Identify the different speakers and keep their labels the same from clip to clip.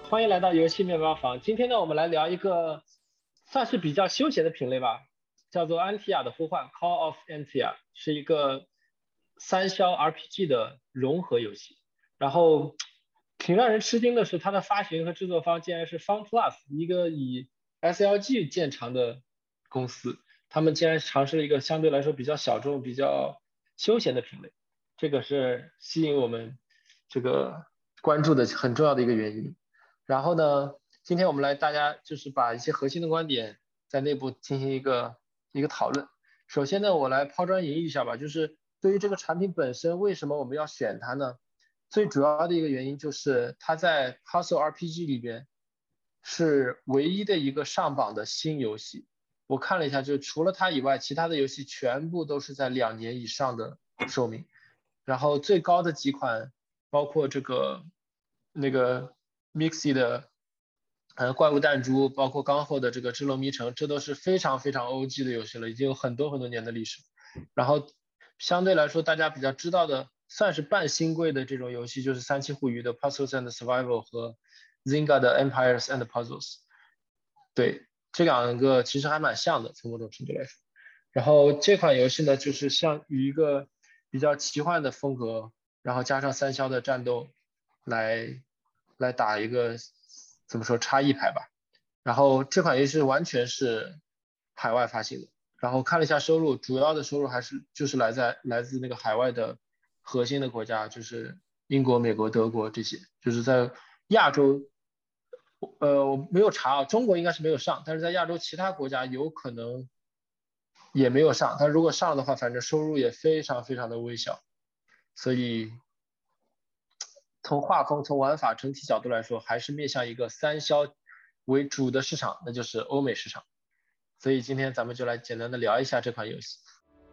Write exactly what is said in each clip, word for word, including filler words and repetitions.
Speaker 1: 欢迎来到游戏面包房。今天呢，我们来聊一个算是比较休闲的品类吧，叫做安提亚的呼唤 （Call of Antia），是一个三消 R P G 的融合游戏。然后挺让人吃惊的是，它的发行和制作方竟然是 FunPlus，一个以 S L G 见长的公司。他们竟然尝试了一个相对来说比较小众、比较休闲的品类，这个是吸引我们这个关注的很重要的一个原因。然后呢，今天我们来大家就是把一些核心的观点在内部进行一个一个讨论。首先呢，我来抛砖引玉一下吧，就是对于这个产品本身，为什么我们要选它呢？最主要的一个原因就是它在 Puzzle R P G 里边是唯一的一个上榜的新游戏。我看了一下，就除了它以外，其他的游戏全部都是在两年以上的寿命。然后最高的几款，包括这个那个 Mixi 的呃怪物弹珠，包括刚后的这个只龙迷城，这都是非常非常 O G 的游戏了，已经有很多很多年的历史。然后相对来说，大家比较知道的，算是半新贵的这种游戏，就是三七互娱的 Puzzles and Survival 和 Zynga 的 Empires and Puzzles。对，这两个其实还蛮像的，从某种程度来说。然后这款游戏呢，就是像以一个比较奇幻的风格，然后加上三消的战斗，来来打一个怎么说差异牌吧。然后这款游戏完全是海外发行的，然后看了一下收入，主要的收入还是就是来自来自那个海外的核心的国家，就是英国、美国、德国这些，就是在亚洲。呃，我没有查啊，中国应该是没有上，但是在亚洲其他国家有可能也没有上。但如果上的话，反正收入也非常非常的微小，所以从画风、从玩法整体角度来说，还是面向一个三消为主的市场，那就是欧美市场。所以今天咱们就来简单的聊一下这款游戏。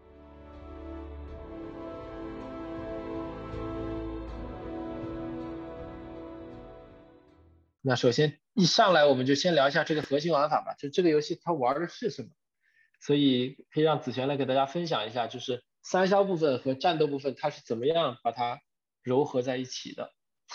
Speaker 1: 那首先一上来我们就先聊一下这个核心玩法吧，就这个游戏它玩的是什么。所以可以让子璇来给大家分享一下，就是三消部分和战斗部分它是怎么样把它糅合在一起的。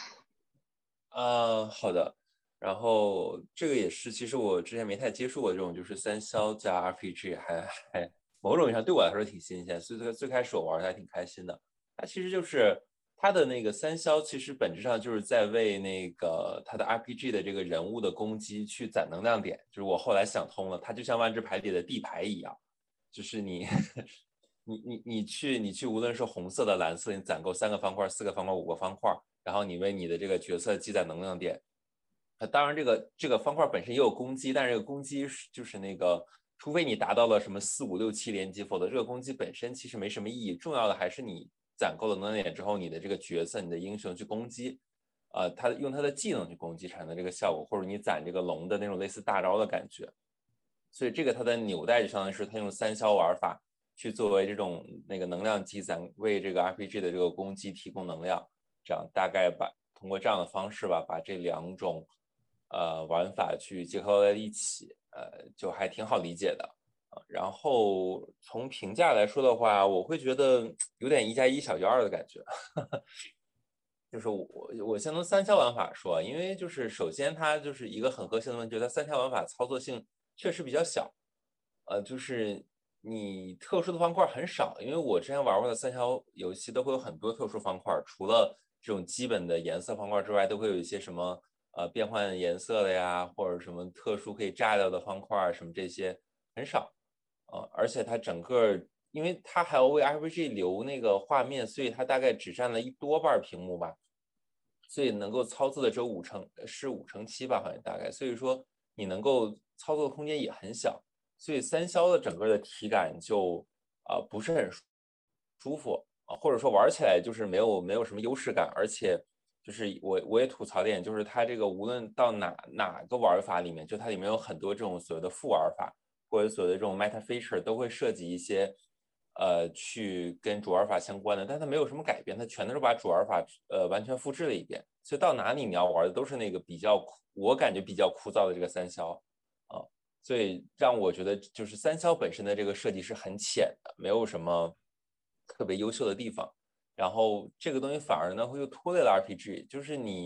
Speaker 2: 啊，好的。然后这个也是，其实我之前没太接触过这种，就是三消加 R P G，还还某种意义上对我来说挺新鲜，所以最最开始我玩的还挺开心的。它其实就是它的那个三消，其实本质上就是在为那个它的 R P G 的这个人物的攻击去攒能量点。就是我后来想通了，它就像万智牌里的地牌一样，就是你你你你去你去，无论是红色的、蓝色，你攒够三个方块、四个方块、五个方块，然后你为你的这个角色积攒能量点。当然，这个这个方块本身也有攻击，但是这个攻击就是那个，除非你达到了什么四五六七连击，否则这个攻击本身其实没什么意义。重要的还是你攒够了能量点之后，你的这个角色、你的英雄去攻击，呃，他用他的技能去攻击产生的这个效果，或者你攒这个龙的那种类似大招的感觉。所以这个它的纽带就相当于是它用三消玩法去作为这种那个能量积攒，为这个 R P G 的这个攻击提供能量，这样大概把通过这样的方式吧，把这两种呃玩法去结合在一起，呃，就还挺好理解的。然后从评价来说的话，我会觉得有点一加一小于二的感觉。就是我我先从三消玩法说，因为就是首先它就是一个很核心的问题，它三消玩法操作性确实比较小。呃，就是你特殊的方块很少，因为我之前玩过的三消游戏都会有很多特殊方块，除了这种基本的颜色方块之外，都会有一些什么呃变换颜色的呀，或者什么特殊可以炸掉的方块什么这些很少。呃，而且它整个，因为它还要为 R P G 留那个画面，所以它大概只占了一多半屏幕吧，所以能够操作的只有五成，是五成七吧，好像大概，所以说你能够操作的空间也很小。所以三消的整个的体感就啊、呃不是很舒服啊，或者说玩起来就是没有没有什么优势感，而且就是我我也吐槽点，就是它这个无论到哪哪个玩法里面，就它里面有很多这种所谓的副玩法，或者所谓的这种 meta feature 都会涉及一些呃去跟主玩法相关的，但它没有什么改变，它全都是把主玩法呃完全复制了一遍，所以到哪里你要玩的都是那个比较我感觉比较枯燥的这个三消啊。所以让我觉得就是三消本身的这个设计是很浅的，没有什么特别优秀的地方。然后这个东西反而呢会又拖累了 R P G，就是你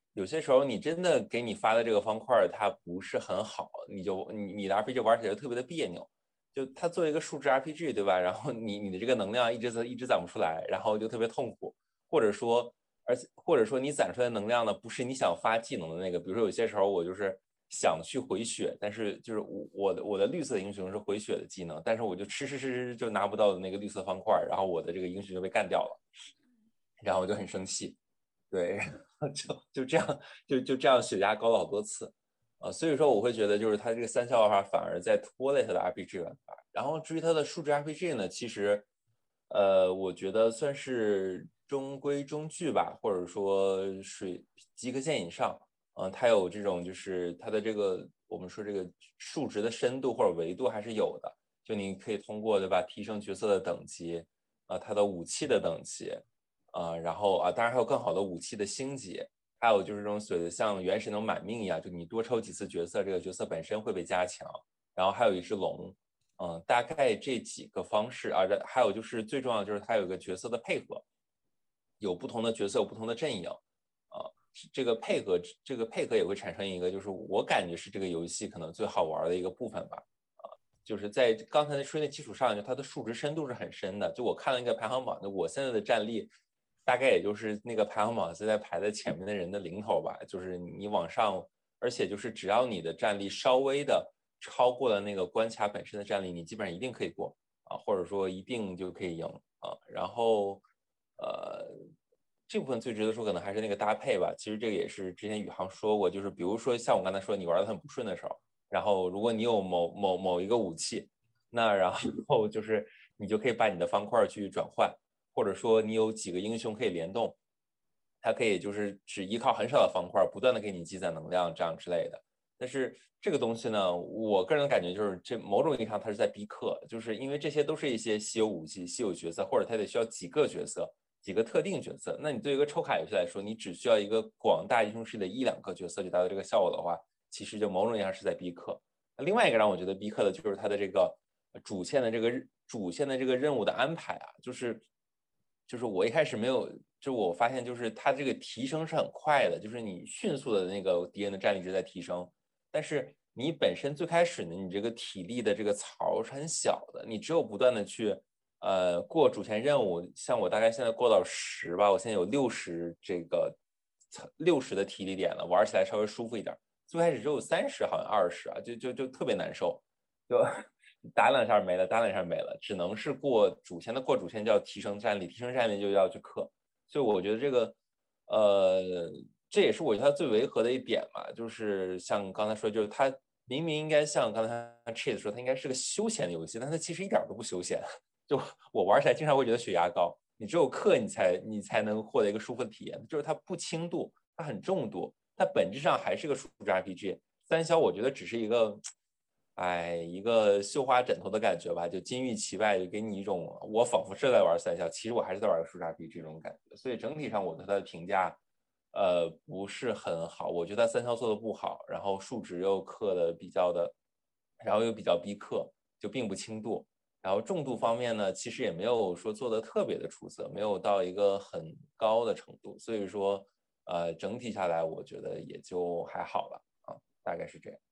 Speaker 2: 有些时候你真的给你发的这个方块它不是很好，你就你你的 R P G 玩起来就特别的别扭。就它作为一个数值 R P G 对吧？然后你你的这个能量一直一直攒不出来，然后就特别痛苦，或者说而且或者说你攒出来的能量呢不是你想发技能的那个，比如说有些时候我就是想去回血，但是就是我我的我的绿色英雄是回血的技能，但是我就吃吃吃吃就拿不到那个绿色方块，然后我的这个英雄就被干掉了，然后我就很生气。对，就就这样，就就这样血压高了好多次，啊，所以说我会觉得就是它这个三消玩法反而在拖累它的 R P G 玩法。然后至于它的数值 R P G 呢，其实，呃，我觉得算是中规中矩吧，或者说水及格线以上。嗯、呃，它有这种就是它的这个我们说这个数值的深度或者维度还是有的，就你可以通过对吧提升角色的等级，啊、呃，它的武器的等级。啊、呃，然后啊，当然还有更好的武器的星级，还有就是这种所谓的像原神能满命一样，就你多抽几次角色，这个角色本身会被加强。然后还有一只龙，嗯、呃，大概这几个方式啊，还有就是最重要的就是它有一个角色的配合，有不同的角色有不同的阵营，啊、呃，这个配合这个配合也会产生一个就是我感觉是这个游戏可能最好玩的一个部分吧。就是在刚才说的基础上，就它的数值深度是很深的。就我看了一个排行榜，就我现在的战力，大概也就是那个排行榜现在排在前面的人的零头吧。就是你往上，而且就是只要你的战力稍微的超过了那个关卡本身的战力，你基本上一定可以过啊，或者说一定就可以赢啊。然后，呃，这部分最值得说可能还是那个搭配吧。其实这个也是之前宇航说过，就是比如说像我刚才说，你玩的很不顺的时候。然后如果你有某某某一个武器，那然后就是你就可以把你的方块去转换，或者说你有几个英雄可以联动，它可以就是只依靠很少的方块不断的给你积攒能量这样之类的。但是这个东西呢，我个人感觉就是这某种意义上它是在逼氪，就是因为这些都是一些稀有武器、稀有角色，或者它得需要几个角色、几个特定角色。那你对于一个抽卡游戏来说，你只需要一个广大英雄池的一两个角色就达到这个效果的话，其实就某种意义上是在逼氪。另外一个让我觉得逼氪的就是它的这个主线的这个主线的这个任务的安排啊，就是就是我一开始没有，就我发现就是它这个提升是很快的，就是你迅速的那个敌人的战力值在提升，但是你本身最开始呢，你这个体力的这个槽是很小的，你只有不断的去呃过主线任务，像我大概现在过到十吧，我现在有六十这个六十的体力点了，玩起来稍微舒服一点。最开始只有三十，好像二十啊，就就就特别难受，就打两下没了，打两下没了，只能是过主线的，过主线就要提升战力，提升战力就要去氪，所以我觉得这个，呃，这也是我觉得它最违和的一点嘛，就是像刚才说，就是它明明应该像刚才 Cheese 说，它应该是个休闲的游戏，但它其实一点都不休闲，就我玩起来经常会觉得血压高，你只有氪你才你才能获得一个舒服的体验，就是它不轻度，它很重度。它本质上还是个数值 R P G。三消我觉得只是一个，哎，一个绣花枕头的感觉吧，就金玉其外，就给你一种我仿佛是在玩三消，其实我还是在玩个数值 R P G 这种感觉。所以整体上我对它的评价，呃，不是很好。我觉得三消做的不好，然后数值又氪的比较的，然后又比较逼氪，就并不轻度。然后重度方面呢，其实也没有说做的特别的出色，没有到一个很高的程度。所以说。呃，整体下来我觉得也就还好了啊，大概是这样。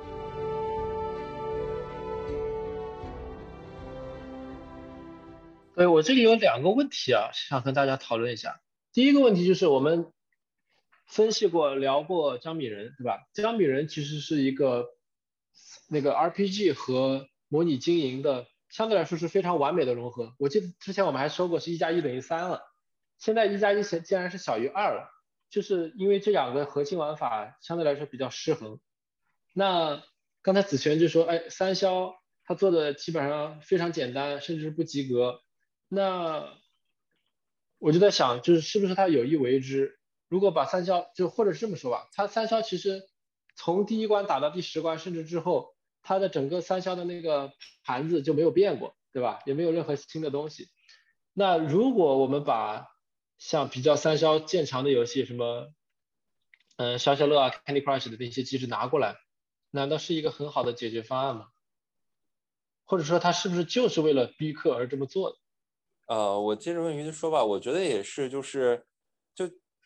Speaker 1: 对，我这里有两个问题啊，想和大家讨论一下。第一个问题就是我们分析过、聊过姜饼人，对吧？姜饼人其实是一个那个 R P G 和模拟经营的，相对来说是非常完美的融合。我记得之前我们还说过是一加一等于三了，现在一加一竟然是小于二了，就是因为这两个核心玩法相对来说比较失衡。那刚才子璇就说，哎，三消他做的基本上非常简单，甚至是不及格。那我就在想，就是是不是他有意为之？如果把三消，就或者是这么说吧，他三消其实从第一关打到第十关，甚至之后，他的整个三消的那个盘子就没有变过，对吧？也没有任何新的东西。那如果我们把像比较三消见长的游戏，什么嗯消消乐啊、Candy Crush 的那些机制拿过来，难道是一个很好的解决方案吗？或者说他是不是就是为了逼氪而这么做的？
Speaker 2: 呃，我接着问鱼的说吧，我觉得也是，就是就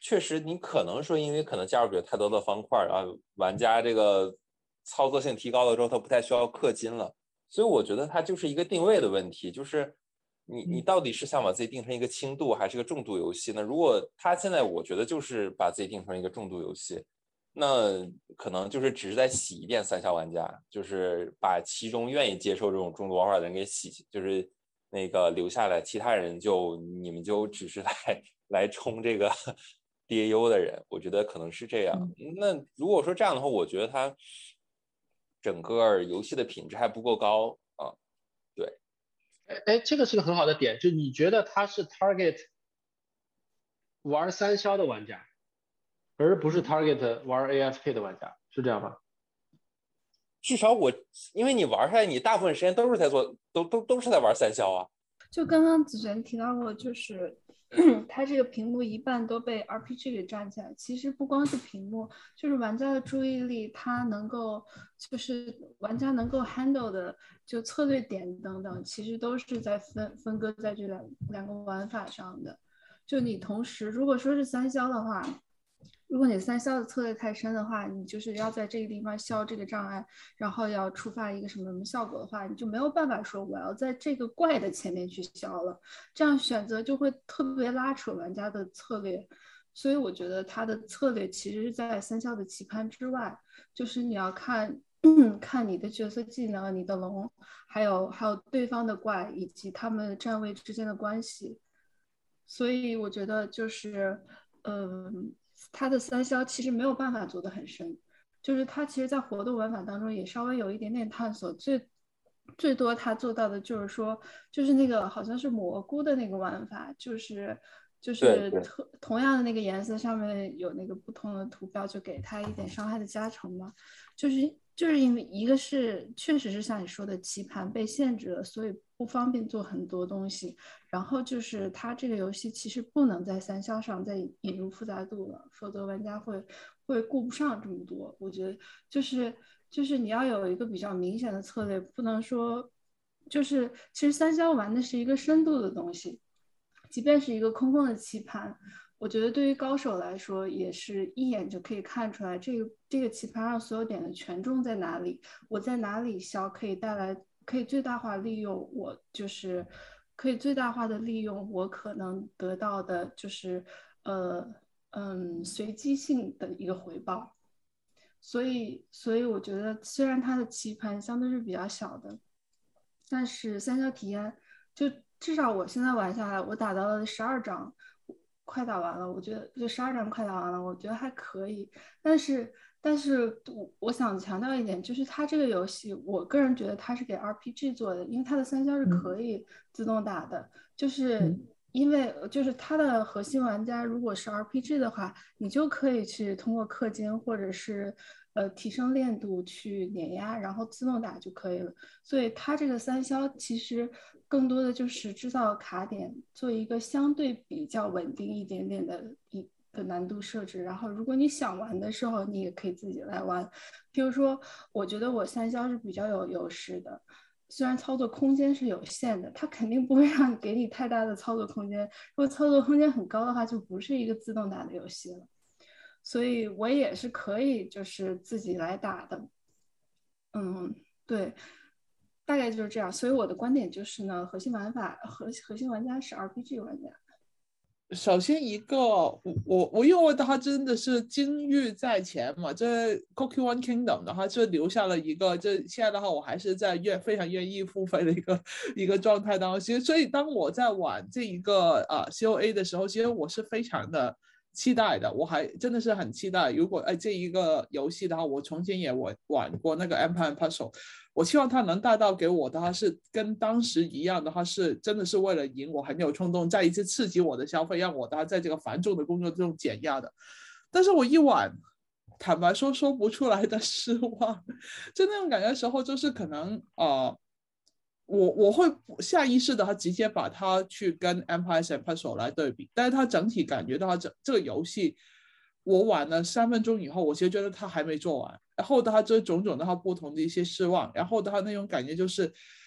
Speaker 2: 确实你可能说因为可能加入有太多的方块，然后玩家这个操作性提高了之后，他不太需要氪金了，所以我觉得它就是一个定位的问题，就是你你到底是想把自己定成一个轻度还是个重度游戏呢？如果他现在我觉得就是把自己定成一个重度游戏，那可能就是只是在洗一遍三消玩家，就是把其中愿意接受这种重度玩法的人给洗，就是那个留下来，其他人就你们就只是来来冲这个 D A U 的人，我觉得可能是这样。
Speaker 3: 嗯、
Speaker 2: 那如果说这样的话，我觉得它整个游戏的品质还不够高啊。对，
Speaker 1: 哎哎，这个是个很好的点，就你觉得他是 target 玩三消的玩家，而不是 target 玩 A F K 的玩家，是这样吗？
Speaker 2: 至少我，因为你玩下来，你大部分时间都是在做，都都都是在玩三消啊。
Speaker 3: 就刚刚子璇提到过，就是它这个屏幕一半都被 R P G 给占起来。其实不光是屏幕，就是玩家的注意力，它能够就是玩家能够 handle 的就策略点等等，其实都是在分分割在这两两个玩法上的。就你同时，如果说是三消的话。如果你三消的策略太深的话，你就是要在这个地方消这个障碍，然后要触发一个什么什么效果的话，你就没有办法说我要在这个怪的前面去消了，这样选择就会特别拉扯玩家的策略。所以我觉得他的策略其实是在三消的棋盘之外，就是你要看看你的角色技能、你的龙，还有还有对方的怪以及他们站位之间的关系。所以我觉得就是，嗯。它的三消其实没有办法做得很深，就是它其实，在活动玩法当中也稍微有一点点探索，最最多它做到的就是说，就是那个好像是蘑菇的那个玩法，就是就是同同样的那个颜色上面有那个不同的图标，就给它一点伤害的加成嘛，就是就是因为一个是确实是像你说的棋盘被限制了，所以不方便做很多东西。然后就是它这个游戏其实不能在三消上再引入复杂度了，否则玩家会会顾不上这么多。我觉得就是就是你要有一个比较明显的策略，不能说就是其实三消玩的是一个深度的东西，即便是一个空空的棋盘。我觉得对于高手来说，也是一眼就可以看出来这个这个棋盘上所有点的权重在哪里，我在哪里消可以带来可以最大化利用我就是可以最大化的利用我可能得到的就是呃嗯随机性的一个回报。所以所以我觉得虽然它的棋盘相对是比较小的，但是三消体验就至少我现在玩下来，我打到了十二章。快打完了，我觉得就十二章快打完了，我觉得还可以。但是，但是我我想强调一点，就是它这个游戏，我个人觉得它是给 R P G 做的，因为它的三消是可以自动打的，就是因为就是它的核心玩家如果是 R P G 的话，你就可以去通过氪金或者是呃提升练度去碾压，然后自动打就可以了。所以它这个三消其实更多的就是制造卡点，做一个相对比较稳定一点点的一个难度设置。然后如果你想玩的时候，你也可以自己来玩。比如说，我觉得我三消是比较有优势的。虽然操作空间是有限的，它肯定不会让你给你太大的操作空间。如果操作空间很高的话，就不是一个自动打的游戏了。所以我也是可以就是自己来打的。嗯，对，大概就是这样。所以我的观点就是呢，核心玩法核核心玩家是 R P G 玩家。
Speaker 4: 首先一个，我我我因为他真的是金玉在前嘛，这 Cookie One Kingdom 的话就留下了一个，这现在的话我还是在愿非常愿意付费的一个一个状态当中。其实，所以当我在玩这一个啊 C O A 的时候，其实我是非常的期待的，我还真的是很期待。如果哎这一个游戏的话，我从前也玩玩过那个 Empire Puzzle。我希望他能带到给我的话是跟当时一样的话是真的是为了赢我很有冲动，再一次刺激我的消费，让我的在这个繁重的工作中减压的。但是我一玩，坦白说说不出来的失望，就那种感觉的时候，就是可能呃，我我会下意识的他直接把它去跟 Empire and Puzzle 来对比，但是它整体感觉的话，这这个游戏。我玩了三分钟以后，我其实觉得他还没做完，然后他这种种的话不同的一些失望，然后他那种感觉就是，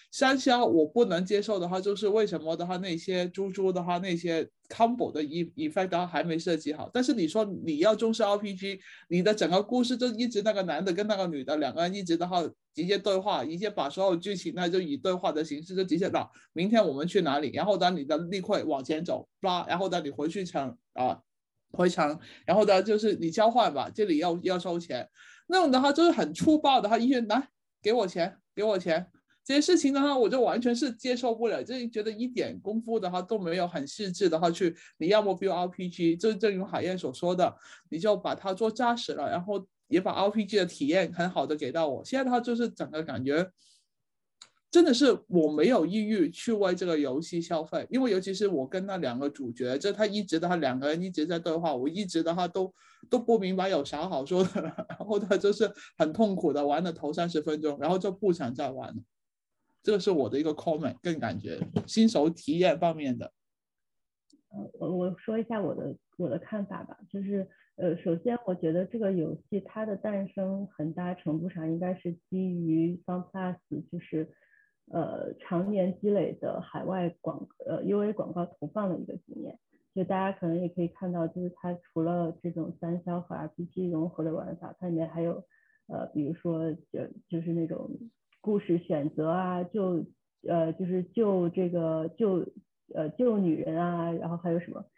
Speaker 4: 三消我不能接受的话，就是为什么的话那些猪猪的话那些 combo 的 effect 的话还没设计好。但是你说你要重视 R P G， 你的整个故事就一直那个男的跟那个女的两个人一直的话直接对话，直接把所有剧情呢就以对话的形式就直接那明天我们去哪里，然后呢你的立刻往前走，然后呢你回去城啊回城，然后呢就是你交换吧，这里要要收钱，那种的话就是很粗暴的话，医院来给我钱给我钱。这些事情的话，我就完全是接受不了，就觉得一点功夫的话都没有，很细致的话去，你要么 build R P G， 就正如海燕所说的，你就把它做扎实了，然后也把 R P G 的体验很好的给到我。现在的话就是整个感觉，真的是我没有意欲去为这个游戏消费，因为尤其是我跟那两个主角，就他一直的他两个人一直在对话，我一直的话都都不明白有啥好说的，然后他就是很痛苦的玩了头三十分钟，然后就不想再玩了。这个是我的一个 comment， 更感觉新手体验方面的。
Speaker 5: 呃，我我说一下我的我的看法吧，就是呃，首先我觉得这个游戏它的诞生很大程度上应该是基于 FunPlus 就是呃常年积累的海外广呃 U A 广告投放的一个经验。就大家可能也可以看到，就是它除了这种三消和 R P G 融合的玩法，它里面还有呃比如说就就是那种故事选择啊，救呃就是救这个救呃救女人啊，然后还有什么，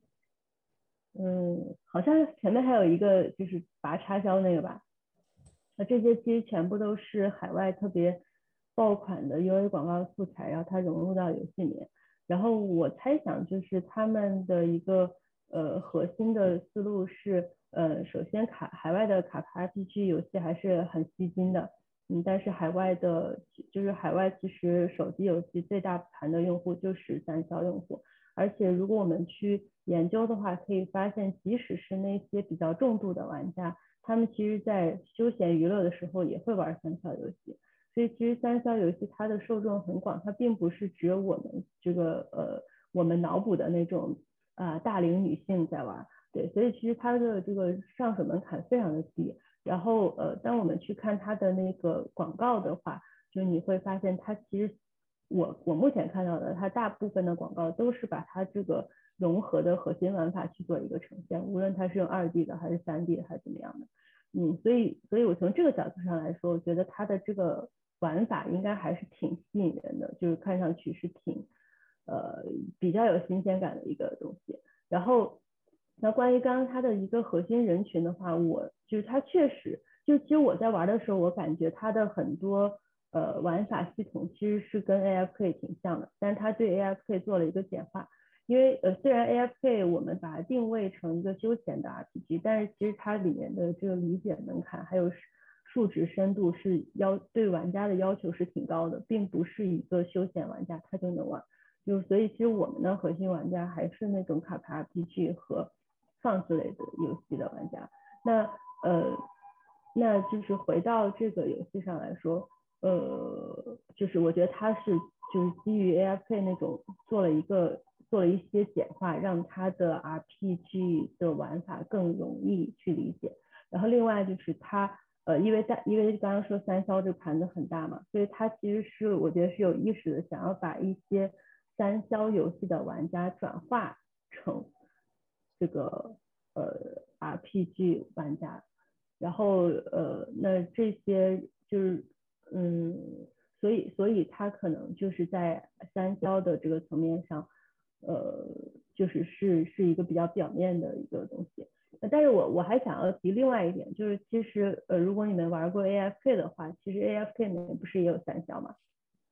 Speaker 5: 嗯，好像前面还有一个就是拔插销那个吧，那这些其实全部都是海外特别爆款的 U A 广告素材，然后它融入到游戏里面。然后我猜想就是他们的一个呃核心的思路是，呃首先卡海外的卡牌 R P G 游戏还是很吸金的。嗯，但是海外的，就是海外其实手机游戏最大盘的用户就是三消用户，而且如果我们去研究的话，可以发现，即使是那些比较重度的玩家，他们其实在休闲娱乐的时候也会玩三消游戏，所以其实三消游戏它的受众很广，它并不是只有我们这个呃我们脑补的那种啊、呃、大龄女性在玩，对，所以其实它的这个上手门槛非常的低。然后呃，当我们去看它的那个广告的话，就你会发现它其实我我目前看到的，它大部分的广告都是把它这个融合的核心玩法去做一个呈现，无论它是用二 D 的还是三 D 的还是怎么样的，嗯，所以所以我从这个角度上来说，我觉得它的这个玩法应该还是挺吸引人的，就是看上去是挺呃比较有新鲜感的一个东西，然后。那关于刚刚它的一个核心人群的话，我就是它确实，就其实我在玩的时候，我感觉它的很多呃玩法系统其实是跟 A F K 挺像的，但是它对 A F K 做了一个简化。因为呃虽然 A F K 我们把它定位成一个休闲的 R P G， 但是其实它里面的这个理解门槛还有数值深度是要对玩家的要求是挺高的，并不是一个休闲玩家他就能玩。就所以其实我们的核心玩家还是那种卡牌 R P G 和放置类的游戏的玩家，那呃，那就是回到这个游戏上来说，呃，就是我觉得它是就是基于 A F K 那种做了一个做了一些简化，让它的 R P G 的玩法更容易去理解。然后另外就是它呃，因为在因为刚刚说三消这盘子很大嘛，所以它其实是我觉得是有意识的想要把一些三消游戏的玩家转化成这个呃 R P G 玩家，然后呃那这些就是嗯，所以所以他可能就是在三消的这个层面上，呃就是是是一个比较表面的一个东西。但是我我还想要提另外一点，就是其实呃如果你们玩过 A F K 的话，其实 A F K 里面不是也有三消吗？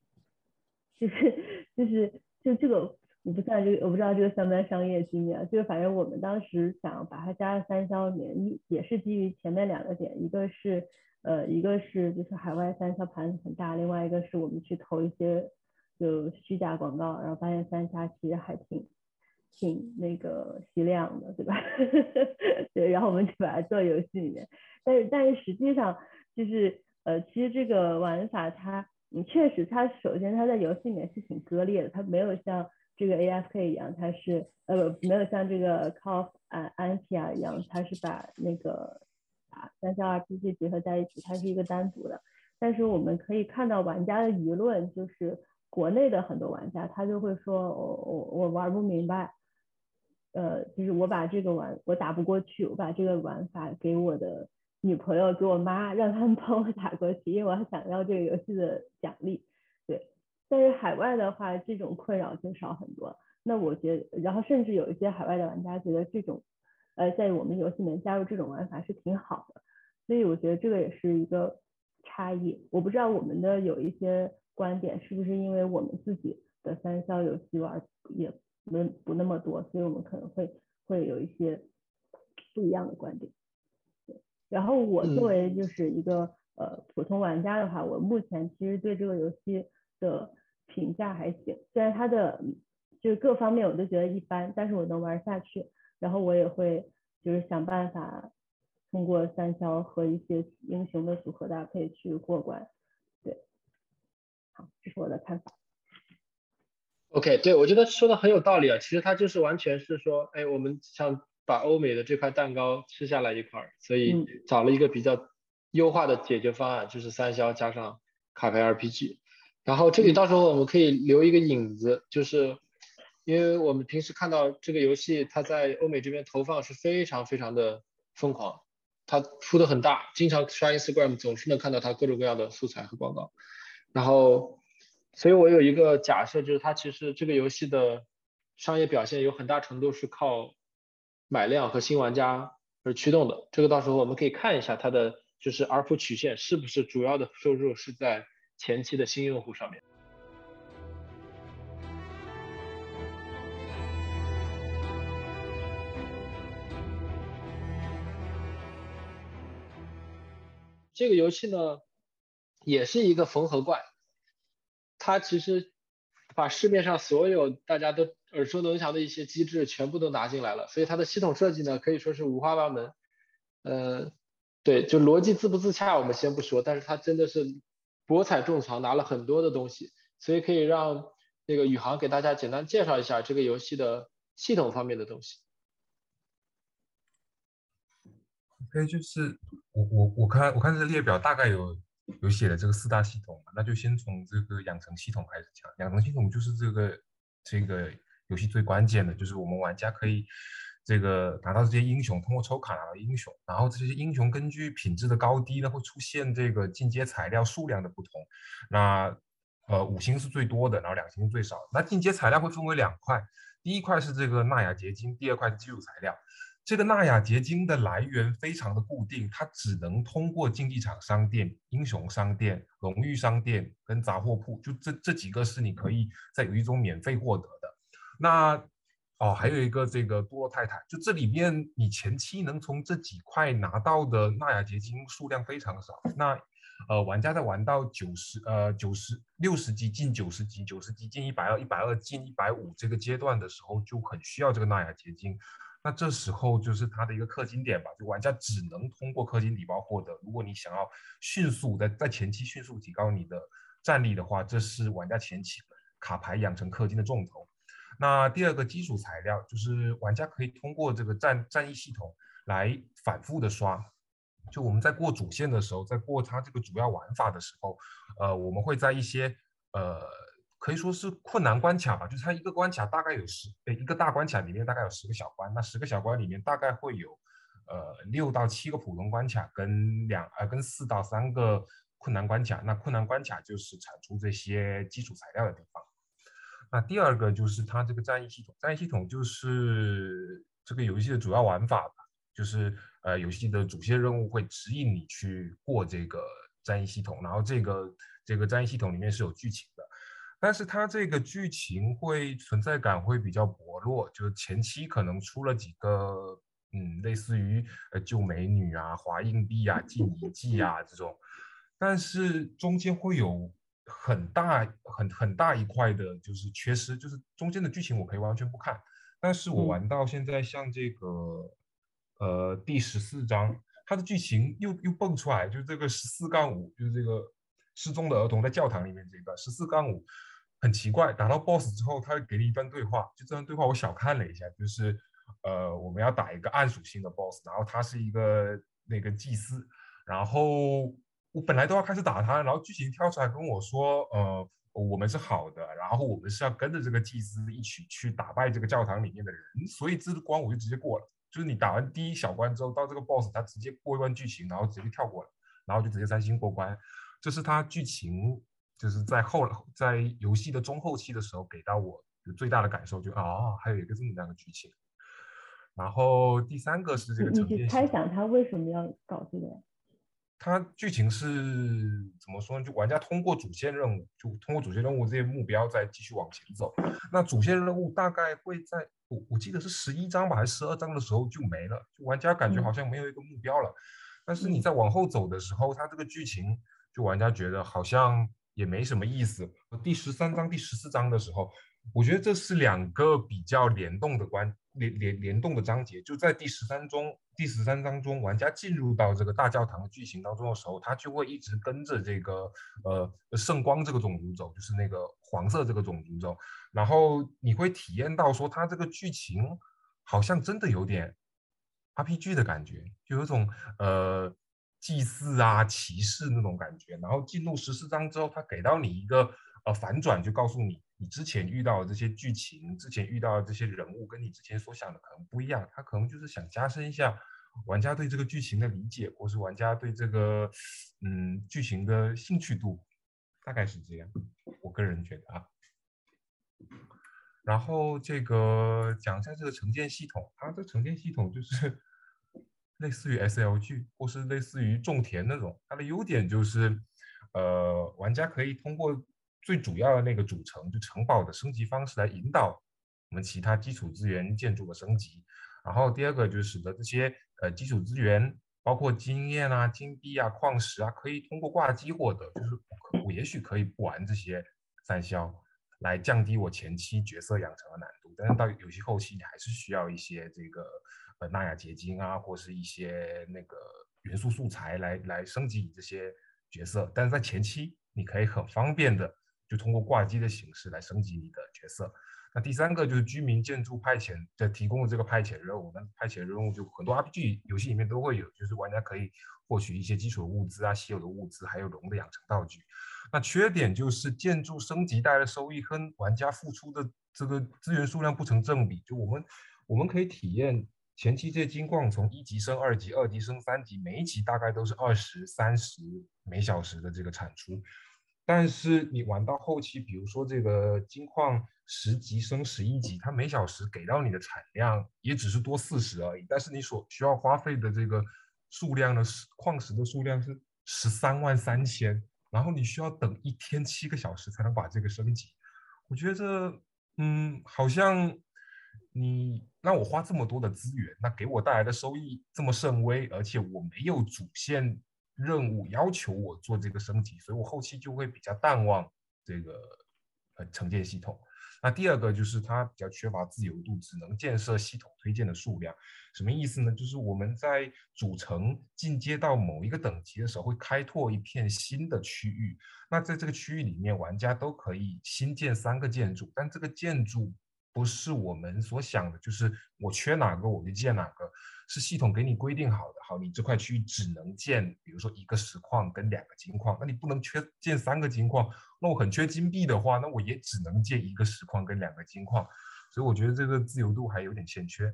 Speaker 5: 就是就是就这个。我不知道这个，我不知道这个算不算商业机密啊？就是反正我们当时想把它加到三消里面，一也是基于前面两个点，一个是呃一个是就是海外三消盘子很大，另外一个是我们去投一些就虚假广告，然后发现三消其实还挺挺那个吸量的，对吧？对，然后我们就把它做游戏里面，但是但是实际上就是呃其实这个玩法它嗯确实它首先它在游戏里面是挺割裂的，它没有像这个 A F K 一样，它是呃没有像这个 Call of Antia 一样，它是把那个啊三消 R P G 结合在一起，它是一个单独的。 但是我们可以看到玩家的舆论，就是国内的很多玩家他就会说我我我玩不明白，呃，就是我把这个玩我打不过去，我把这个玩法给我的女朋友给我妈，让他们帮我打过去，因为我想要这个游戏的奖励。对，但是海外的话这种困扰就少很多。那我觉得，然后甚至有一些海外的玩家觉得这种呃在我们游戏里面加入这种玩法是挺好的，所以我觉得这个也是一个差异。我不知道我们的有一些观点是不是因为我们自己的三消游戏玩也不不那么多，所以我们可能会会有一些不一样的观点。然后我作为就是一个、嗯、呃普通玩家的话，我目前其实对这个游戏的评价还行，虽然它的就是各方面我都觉得一般，但是我能玩下去。然后我也会就是想办法通过三消和一些英雄的组合搭配去过关。对，好，这是我的看法。
Speaker 1: OK， 对，我觉得说的很有道理啊。其实它就是完全是说，哎，我们想把欧美的这块蛋糕吃下来一块，所以找了一个比较优化的解决方案，就是三消加上卡牌 R P G。然后这里到时候我们可以留一个引子，就是因为我们平时看到这个游戏它在欧美这边投放是非常非常的疯狂，它出的很大，经常刷 Instagram 总是能看到它各种各样的素材和广告。然后所以我有一个假设，就是它其实这个游戏的商业表现有很大程度是靠买量和新玩家而驱动的。这个到时候我们可以看一下它的就是 A R P U 曲线是不是主要的收入是在前期的新用户上面。这个游戏呢也是一个缝合怪，它其实把市面上所有大家都耳熟能详的一些机制全部都拿进来了，所以它的系统设计呢可以说是五花八门。呃，对，就逻辑自不自洽我们先不说，但是它真的是博采众长，拿了很多的东西，所以可以让那个宇航给大家简单介绍一下这个游戏的系统方面的东西。
Speaker 6: OK， 就是我我我看我看这个列表大概有有写的这个四大系统嘛，那就先从这个养成系统开始讲。养成系统就是这个这个游戏最关键的，就是我们玩家可以这个拿到这些英雄，通过抽卡拿到英雄，然后这些英雄根据品质的高低呢，会出现这个进阶材料数量的不同。那呃五星是最多的，然后两星是最少的。那进阶材料会分为两块，第一块是这个纳雅结晶，第二块是基础材料。这个纳雅结晶的来源非常的固定，它只能通过竞技场商店、英雄商店、荣誉商店跟杂货铺，就这这几个是你可以在游戏中免费获得的。那哦，还有一个这个多洛泰坦，就这里面你前期能从这几块拿到的纳雅结晶数量非常少。那呃，玩家在玩到九十呃九十六十级进九十级，九十级进一百二，一百二进一百五这个阶段的时候，就很需要这个纳雅结晶。那这时候就是它的一个氪金点吧，就玩家只能通过氪金礼包获得。如果你想要迅速在在前期迅速提高你的战力的话，这是玩家前期卡牌养成氪金的重头。那第二个基础材料就是玩家可以通过这个战战役系统来反复的刷。就我们在过主线的时候，在过它这个主要玩法的时候，呃，我们会在一些呃。可以说是困难关卡吧，就是它一个关卡大概有十，呃，一个大关卡里面大概有十个小关，那十个小关里面大概会有，呃，六到七个普通关卡跟两呃跟四到三个困难关卡，那困难关卡就是产出这些基础材料的地方。那第二个就是它这个战役系统，战役系统就是这个游戏的主要玩法吧，就是呃游戏的主线任务会指引你去过这个战役系统，然后这个这个战役系统里面是有剧情的。但是它这个剧情会存在感会比较薄弱，就是前期可能出了几个，嗯，类似于呃救美女啊、划硬币啊、进遗迹啊这种，但是中间会有很大很很大一块的就是缺失，就是中间的剧情我可以完全不看，但是我玩到现在像这个呃第十四章，它的剧情又又蹦出来，就是这个十四杠五，就是这个失踪的儿童在教堂里面这个十四杠五。很奇怪，打到 boss 之后，他会给你一段对话，就这段对话我小看了一下，就是呃，我们要打一个暗属性的 boss， 然后他是一个那个祭司，然后我本来都要开始打他，然后剧情跳出来跟我说，呃，我们是好的，然后我们是要跟着这个祭司一起去打败这个教堂里面的人，所以这个关我就直接过了。就是你打完第一小关之后，到这个 boss 他直接过一关剧情，然后直接跳过了，然后就直接三星过关。这是他剧情就是在后在游戏的中后期的时候给到我最大的感受，就啊、哦，还有一个这么样的剧情。然后第三个是这个
Speaker 5: 你去猜
Speaker 6: 惩戒系统，
Speaker 5: 想他为什么要搞这个呀？
Speaker 6: 它剧情是怎么说呢？就玩家通过主线任务，就通过主线任务这些目标再继续往前走。那主线任务大概会在我我记得是十一章吧，还是十二章的时候就没了，就玩家感觉好像没有一个目标了。但是你在往后走的时候，它这个剧情就玩家觉得好像也没什么意思。第十三章、第十四章的时候，我觉得这是两个比较联动的关联联联动的章节。就在第十三中第十三章中，玩家进入到这个大教堂的剧情当中的时候，他就会一直跟着这个呃圣光这个种族走，就是那个黄色这个种族走。然后你会体验到说，他这个剧情好像真的有点 R P G 的感觉，就有一种呃祭祀啊、骑士那种感觉。然后进入十四章之后，他给到你一个呃反转，就告诉你，你之前遇到的这些剧情，之前遇到的这些人物，跟你之前所想的可能不一样。他可能就是想加深一下玩家对这个剧情的理解，或是玩家对这个嗯剧情的兴趣度，大概是这样。我个人觉得啊。然后这个讲一下这个惩戒系统，它这惩戒系统就是类似于 S L G 或是类似于种田那种。它的优点就是，呃，玩家可以通过最主要的那个主城，就城堡的升级方式来引导我们其他基础资源建筑的升级。然后第二个就是使得这些呃基础资源，包括经验啊、金币啊、矿石啊，可以通过挂机获得。就是我我也许可以不玩这些三消，来降低我前期角色养成的难度，但是到游戏后期，你还是需要一些这个呃纳雅结晶啊，或是一些那个元素素材来来升级你这些角色。但是在前期，你可以很方便的就通过挂机的形式来升级你的角色。那第三个就是居民建筑派遣的提供的这个派遣任务，那派遣任务就很多 R P G 游戏里面都会有，就是玩家可以获取一些基础的物资啊、稀有的物资，还有龙的养成道具。那缺点就是建筑升级带来的收益和玩家付出的这个资源数量不成正比。就我们我们可以体验前期这些金矿从一级升二级，二级升三级，每一级大概都是二十三十每小时的这个产出。但是你玩到后期，比如说这个金矿十级升十一级，它每小时给到你的产量也只是多四十而已，但是你所需要花费的这个数量呢，矿石的数量是十三万三千，然后你需要等一天七个小时才能把这个升级。我觉得这，嗯，好像你让我花这么多的资源，那给我带来的收益这么甚微，而且我没有主线任务要求我做这个升级，所以我后期就会比较淡忘这个呃惩戒系统。那第二个就是它比较缺乏自由度，只能建设系统推荐的数量。什么意思呢？就是我们在主城进阶到某一个等级的时候，会开拓一片新的区域。那在这个区域里面，玩家都可以新建三个建筑，但这个建筑不是我们所想的，就是我缺哪个我就建哪个，是系统给你规定好的。好，你这块区域只能建，比如说一个石矿跟两个金矿，那你不能缺建三个金矿。那我很缺金币的话，那我也只能建一个石矿跟两个金矿。所以我觉得这个自由度还有点欠缺。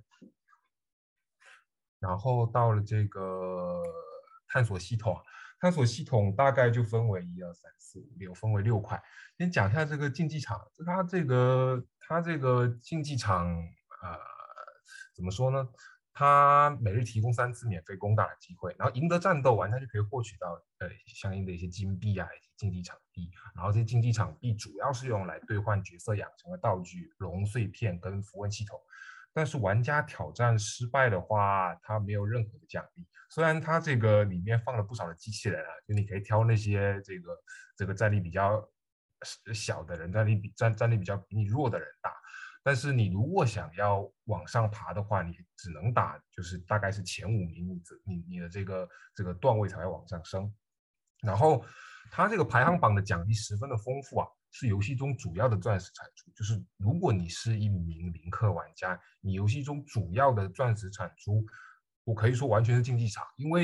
Speaker 6: 然后到了这个探索系统，探索系统大概就分为一二三四五六，分为六块。先讲一下这个竞技场，它这个它这个竞技场，呃，怎么说呢？它每日提供三次免费攻打的机会，然后赢得战斗，玩家就可以获取到呃相应的一些金币啊，以及竞技场币。然后这些竞技场币主要是用来兑换角色养成的道具、龙碎片跟符文系统。但是玩家挑战失败的话，它没有任何的奖励。虽然它这个里面放了不少的机器人啊，就你可以挑那些这个这个战力比较小的人，战力比战战力比较比你弱的人打。但是你如果想要往上爬的话，你只能打就是大概是前五名，你你你的这个这个段位才会往上升。然后它这个排行榜的奖励十分的丰富啊，是游戏中主要的钻石产出。就是如果你是一名零氪玩家，你游戏中主要的钻石产出，我可以说完全是竞技场，因为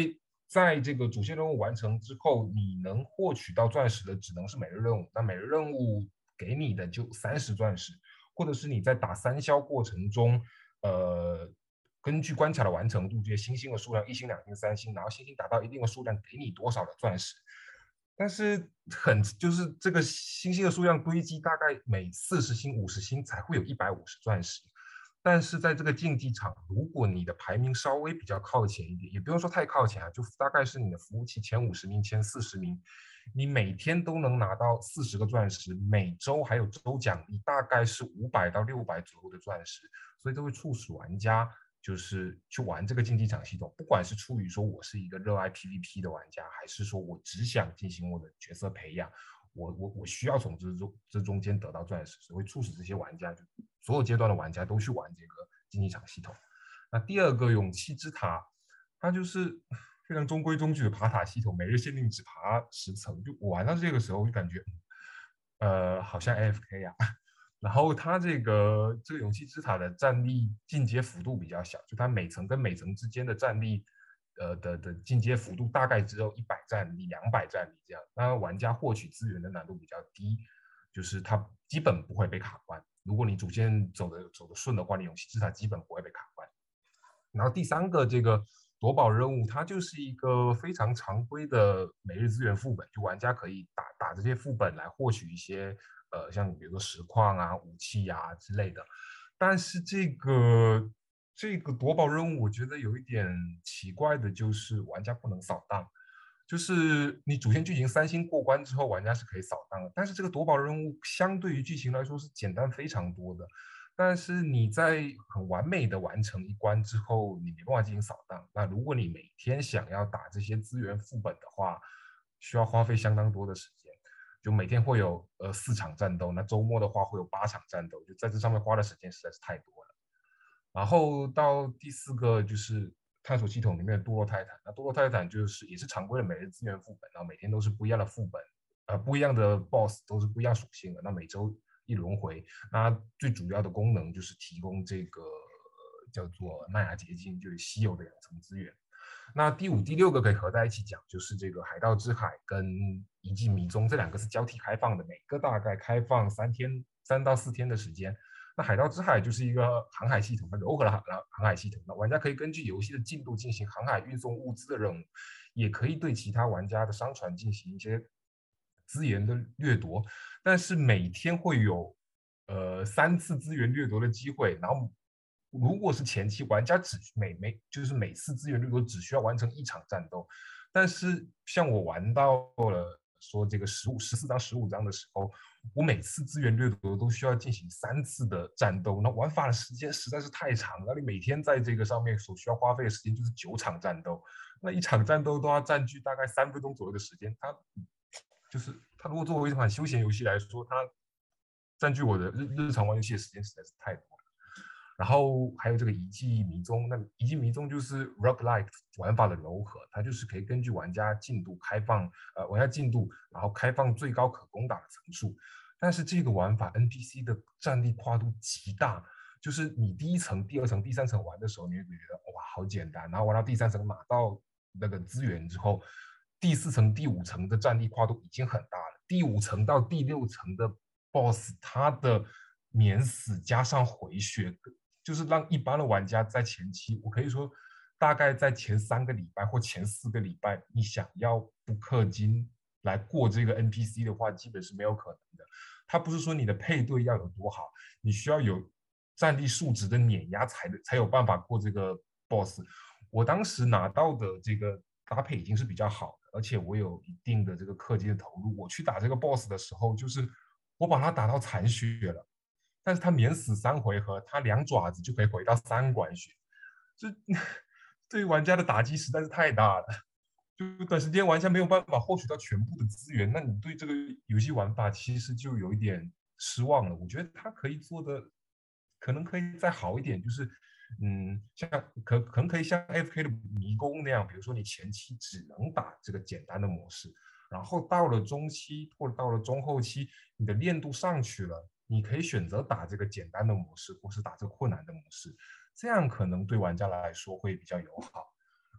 Speaker 6: 在这个主线任务完成之后，你能获取到钻石的只能是每日任务，那每日任务给你的就三十钻石，或者是你在打三消过程中，呃，根据关卡的完成度，这些星星的数量，一星、两星、三星，然后星星达到一定的数量，给你多少的钻石。但是很就是这个星星的数量堆积，大概每四十星、五十星才会有一百五十钻石。但是在这个竞技场，如果你的排名稍微比较靠前一点，也不用说太靠前啊，就大概是你的服务器前五十名、前四十名，你每天都能拿到四十个钻石，每周还有周奖励，大概是五百到六百左右的钻石，所以这会促使玩家就是去玩这个竞技场系统，不管是出于说我是一个热爱 P V P 的玩家，还是说我只想进行我的角色培养。我我我需要从这中这中间得到钻石，所以会促使这些玩家，就所有阶段的玩家都去玩这个竞技场系统。那第二个勇气之塔，它就是非常中规中矩的爬塔系统，每日限定只爬十层。就我玩到这个时候，就感觉，呃，好像 A F K 啊。然后它这个这个勇气之塔的战力进阶幅度比较小，就它每层跟每层之间的战力。呃的的进阶幅度大概只有一百战力、两百战力这样，那玩家获取资源的难度比较低，就是它基本不会被卡关。如果你主线走的走的顺的话，你勇气之塔基本不会被卡关。然后第三个这个夺宝任务，它就是一个非常常规的每日资源副本，就玩家可以打打这些副本来获取一些呃像比如说实况啊、武器啊之类的。但是这个。这个夺宝任务我觉得有一点奇怪的，就是玩家不能扫荡。就是你主线剧情三星过关之后，玩家是可以扫荡的，但是这个夺宝任务相对于剧情来说是简单非常多的。但是你在很完美的完成一关之后，你没办法进行扫荡。那如果你每天想要打这些资源副本的话，需要花费相当多的时间。就每天会有呃四场战斗，那周末的话会有八场战斗，就在这上面花的时间实在是太多了。然后到第四个就是探索系统里面的堕落泰坦，那堕落泰坦就是也是常规的每日资源副本，然后每天都是不一样的副本，呃不一样的 boss 都是不一样属性的，那每周一轮回，那最主要的功能就是提供这个叫做麦芽结晶，就是稀有的养成资源。那第五、第六个可以合在一起讲，就是这个海盗之海跟遗迹迷踪这两个是交替开放的，每个大概开放三天，三到四天的时间。那海盗之海就是一个航海系统，它柔和的航航海系统。那玩家可以根据游戏的进度进行航海运送物资的任务，也可以对其他玩家的商船进行一些资源的掠夺。但是每天会有呃三次资源掠夺的机会，然后如果是前期玩家只每每就是每次资源掠夺只需要完成一场战斗，但是像我玩到了说这个十五十四章十五章的时候。我每次资源掠夺都需要进行三次的战斗，那玩法的时间实在是太长了。你每天在这个上面所需要花费的时间就是九场战斗，那一场战斗都要占据大概三分钟左右的时间。它就是它如果作为一款休闲游戏来说，它占据我的日日常玩游戏的时间实在是太多了。然后还有这个遗迹迷踪，那遗迹迷踪就是 roguelike 玩法的柔和，它就是可以根据玩家进度开放，呃，玩家进度，然后开放最高可攻打的层数。但是这个玩法 N P C 的战力跨度极大，就是你第一层、第二层、第三层玩的时候，你会觉得哇好简单，然后玩到第三层拿到那个资源之后，第四层、第五层的战力跨度已经很大了，第五层到第六层的 BOSS 它的免死加上回血。就是让一般的玩家在前期，我可以说大概在前三个礼拜或前四个礼拜，你想要不氪金来过这个 N P C 的话，基本是没有可能的。它不是说你的配对要有多好，你需要有战力数值的碾压才才有办法过这个 boss。我当时拿到的这个搭配已经是比较好的，而且我有一定的这个氪金的投入。我去打这个 boss 的时候，就是我把它打到残血了。但是他免死三回合，他两爪子就可以回到三管血，这对于玩家的打击实在是太大了。就短时间玩家没有办法获取到全部的资源，那你对这个游戏玩法其实就有一点失望了。我觉得他可以做的，可能可以再好一点，就是嗯，像可可能可以像 A F K 的迷宫那样，比如说你前期只能打这个简单的模式，然后到了中期或者到了中后期，你的练度上去了。你可以选择打这个简单的模式，或是打这个困难的模式，这样可能对玩家来说会比较友好。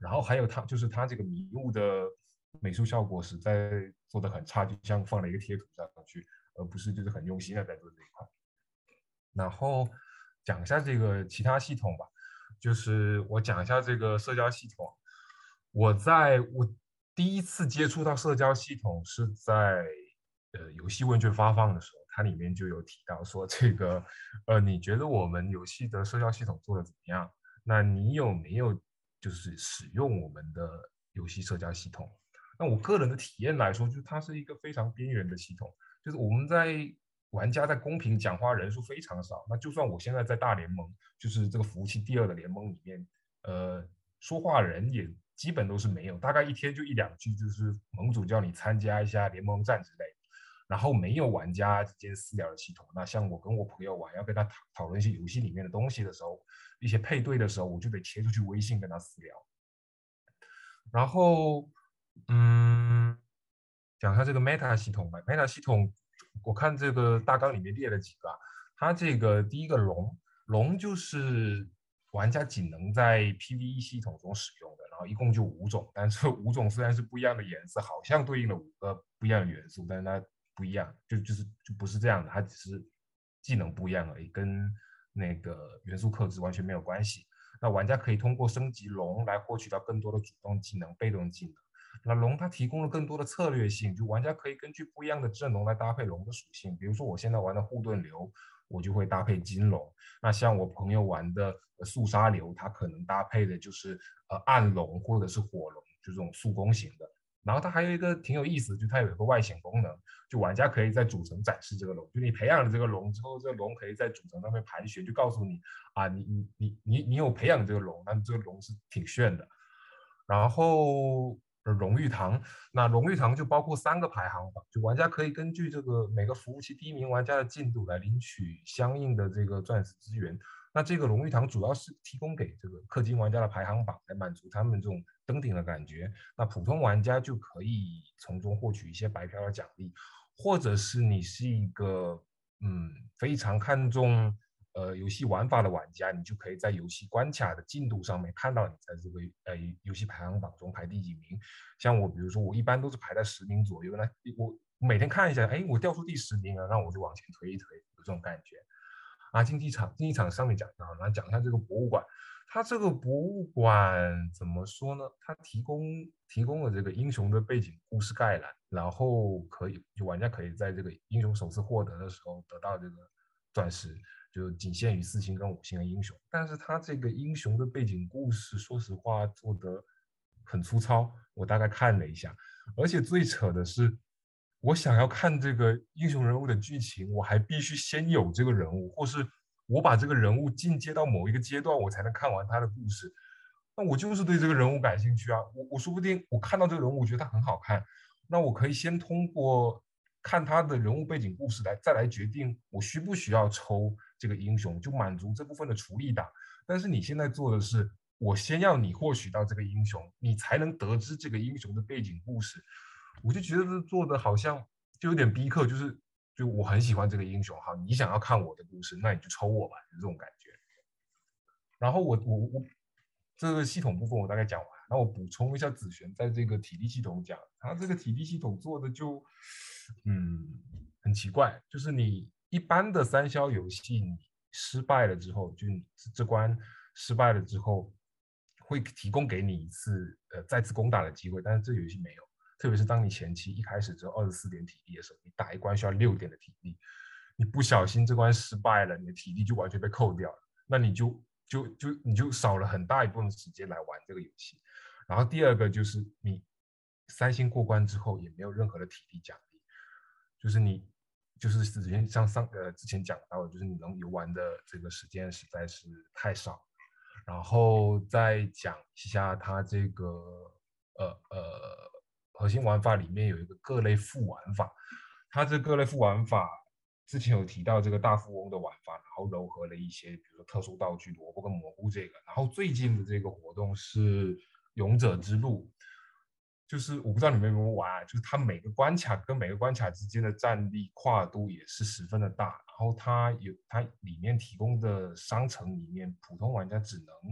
Speaker 6: 然后还有它就是它这个迷雾的美术效果实在做得很差，就像放了一个贴图上去，而不是就是很用心的在做这一块。然后讲一下这个其他系统吧，就是我讲一下这个社交系统。我在我第一次接触到社交系统是在呃游戏问卷发放的时候，它里面就有提到说这个呃你觉得我们游戏的社交系统做的怎么样？那你有没有就是使用我们的游戏社交系统？那我个人的体验来说，就是它是一个非常边缘的系统，就是我们在玩家在公屏讲话人数非常少。那就算我现在在大联盟，就是这个服务器第二的联盟里面，呃，说话人也基本都是没有，大概一天就一两句，就是盟主叫你参加一下联盟战之类的。然后没有玩家之间私聊的系统。那像我跟我朋友玩，要跟他讨讨论一些游戏里面的东西的时候，一些配对的时候，我就得切出去微信跟他私聊。然后，嗯，讲一下这个 Meta 系统吧。Meta 系统，我看这个大纲里面列了几个，它这个第一个龙，龙就是玩家仅能在 P V E 系统中使用的，然后一共就五种，但是五种虽然是不一样的颜色，好像对应了五个不一样的元素，但是它不一样，就就是就不是这样的，它只是技能不一样而已，跟那个元素克制完全没有关系。那玩家可以通过升级龙来获取到更多的主动技能、被动技能。那龙它提供了更多的策略性，就玩家可以根据不一样的阵容来搭配龙的属性。比如说我现在玩的护盾流，我就会搭配金龙。那像我朋友玩的速杀流，它可能搭配的就是呃暗龙或者是火龙，就这种速攻型的。然后它还有一个挺有意思，就它有一个外显功能，就玩家可以在主城展示这个龙，就你培养了这个龙之后，这个龙可以在主城上面盘旋，就告诉你啊，你你你你你有培养这个龙，那这个龙是挺炫的。然后荣誉堂，那荣誉堂就包括三个排行榜，就玩家可以根据这个每个服务器第一名玩家的进度来领取相应的这个钻石资源。那这个荣誉堂主要是提供给这个氪金玩家的排行榜，来满足他们这种登顶的感觉。那普通玩家就可以从中获取一些白嫖的奖励，或者是你是一个嗯非常看重呃游戏玩法的玩家，你就可以在游戏关卡的进度上面看到你在这个呃游戏排行榜中排第几名。像我，比如说我一般都是排在十名左右，那我每天看一下，哎，我掉出第十名了，那我就往前推一推，有这种感觉。啊，竞技场，竞技场上面讲到，然后讲一下这个博物馆。它这个博物馆怎么说呢？它提供提供了这个英雄的背景故事概览，然后可以就玩家可以在这个英雄首次获得的时候得到这个钻石，就仅限于四星跟五星的英雄。但是它这个英雄的背景故事，说实话做得很粗糙，我大概看了一下，而且最扯的是，我想要看这个英雄人物的剧情，我还必须先有这个人物，或是我把这个人物进阶到某一个阶段，我才能看完他的故事。那我就是对这个人物感兴趣啊，我我说不定我看到这个人物，我觉得他很好看，那我可以先通过看他的人物背景故事来再来决定我需不需要抽这个英雄，就满足这部分的厨力档。但是你现在做的是，我先要你获取到这个英雄，你才能得知这个英雄的背景故事。我就觉得这做的好像就有点逼氪，就是就我很喜欢这个英雄，好，你想要看我的故事，那你就抽我吧，就这种感觉。然后我我我这个系统部分我大概讲完，然后我补充一下子璇在这个体力系统讲，他这个体力系统做的就嗯很奇怪，就是你一般的三消游戏，你失败了之后，就你这关失败了之后，会提供给你一次呃再次攻打的机会，但是这游戏没有。特别是当你前期一开始只有二十四点体力的时候，你打一关需要六点的体力，你不小心这关失败了，你的体力就完全被扣掉了，那你就就就你就少了很大一部分时间来玩这个游戏。然后第二个就是你三星过关之后也没有任何的体力奖励，就是你就是之前像上呃之前讲到的，就是你能游玩的这个时间实在是太少。然后再讲一下它这个呃呃。核心玩法里面有一个各类副玩法，它这各类副玩法之前有提到这个大富翁的玩法，然后糅合了一些比如说特殊道具萝卜跟蘑菇这个，然后最近的这个活动是勇者之路，就是我不知道你们有没有玩啊，就是它每个关卡跟每个关卡之间的战力跨度也是十分的大，然后它有它里面提供的商城里面普通玩家只能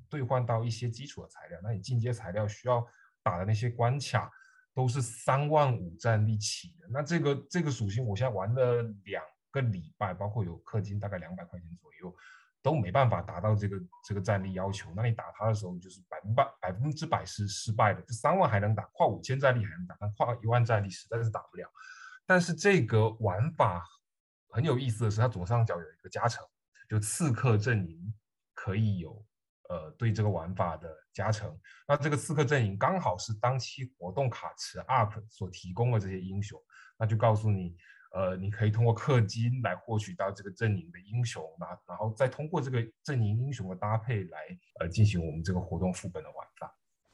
Speaker 6: 兑换到一些基础的材料，那你进阶材料需要打的那些关卡都是三万五战力起的。那这个这个属性我现在玩了两个礼拜，包括有氪金大概两百块钱左右，都没办法达到这个这个战力要求。那你打它的时候就是百分百百分之百是失败的。这三万还能打，跨五千战力还能打，但跨一万战力实在是打不了。但是这个玩法很有意思的是，它左上角有一个加成，就刺客阵营可以有呃对这个玩法的加成。那这个刺客阵营刚好是当期活动卡池 up 所提供的这些英雄，那就告诉你，呃，你可以通过氪金来获取到这个阵营的英雄，然后再通过这个阵营英雄的搭配来呃进行我们这个活动副本的玩法。